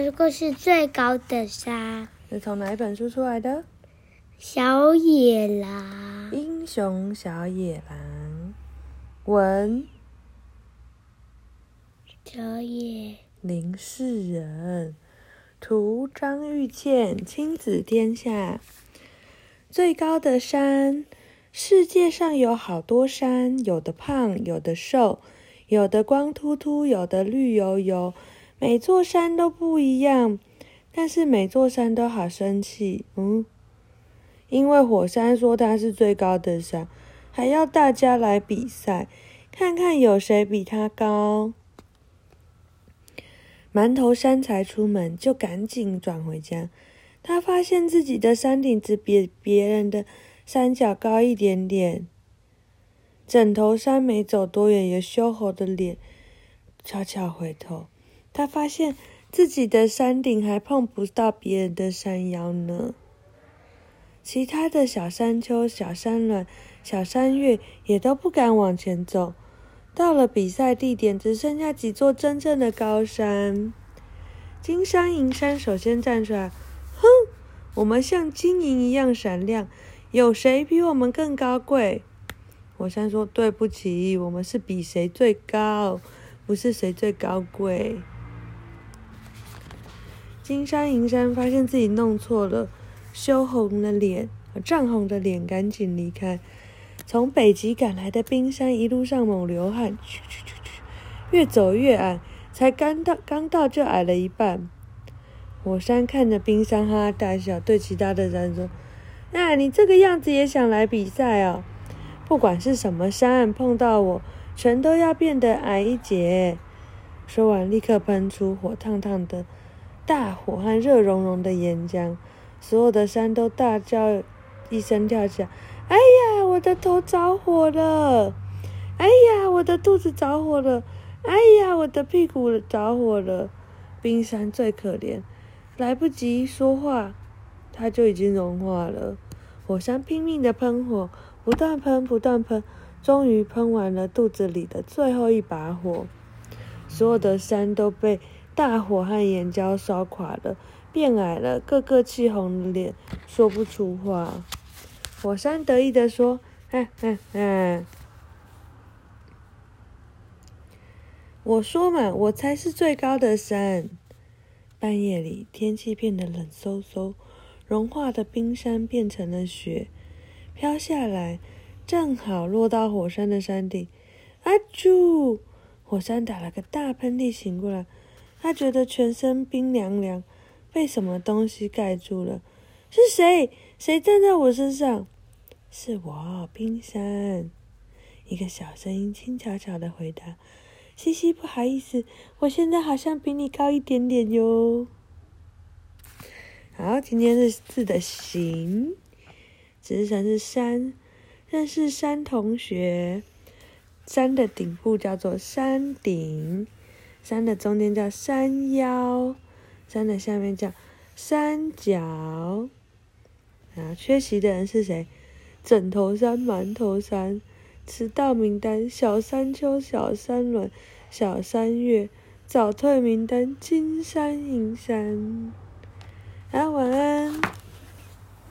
的故事最高的山。 是从哪一本书出来的？ 小野狼。 英雄小野狼，文小野林世仁，图张玉倩，亲子天下。最高的山，世界上有好多山，有的胖，有的瘦，有的光秃秃，有的绿油油，每座山都不一样，但是每座山都好生气，因为火山说它是最高的山，还要大家来比赛，看看有谁比它高。馒头山才出门，就赶紧转回家。他发现自己的山顶只比别人的山脚高一点点。枕头山没走多远，有羞红的脸，悄悄回头，他发现自己的山顶还碰不到别人的山腰呢。其他的小山丘、小山峦、小山岳也都不敢往前走。到了比赛地点，只剩下几座真正的高山。金山银山首先站出来，哼，我们像金银一样闪亮，有谁比我们更高贵？火山说，对不起，我们是比谁最高，不是谁最高贵。金山银山发现自己弄错了，羞红了脸，涨红的脸，赶紧离开。从北极赶来的冰山一路上猛流汗，越走越矮，才刚到就矮了一半。火山看着冰山哈哈大笑，对其他的山说：“你这个样子也想来比赛哦？不管是什么山，碰到我，全都要变得矮一截。”说完，立刻喷出火烫烫的大火和热熔熔的岩浆，所有的山都大叫一声，跳起来。哎呀，我的头着火了！哎呀，我的肚子着火了！哎呀，我的屁股着火了！冰山最可怜，来不及说话，它就已经融化了。火山拼命的喷火，不断喷，不断喷，终于喷完了肚子里的最后一把火。所有的山都被大火和岩浆烧垮了，变矮了，个个气红了脸，说不出话。火山得意地说：“我说嘛，我才是最高的山。”半夜里，天气变得冷飕飕，融化的冰山变成了雪，飘下来，正好落到火山的山顶。啊啾！火山打了个大喷嚏，醒过来，他觉得全身冰凉凉，被什么东西盖住了。是谁？谁站在我身上？是我，冰山。一个小声音轻巧巧的回答：“西西，不好意思，我现在好像比你高一点点哟。”好，今天是字的形，直成是山。认识山同学，山的顶部叫做山顶，山的中间叫山腰，山的下面叫山脚。缺席的人是谁？枕头山、馒头山、迟到名单、小山丘、小山峦、小山岳、早退名单、金山银山。好，晚安。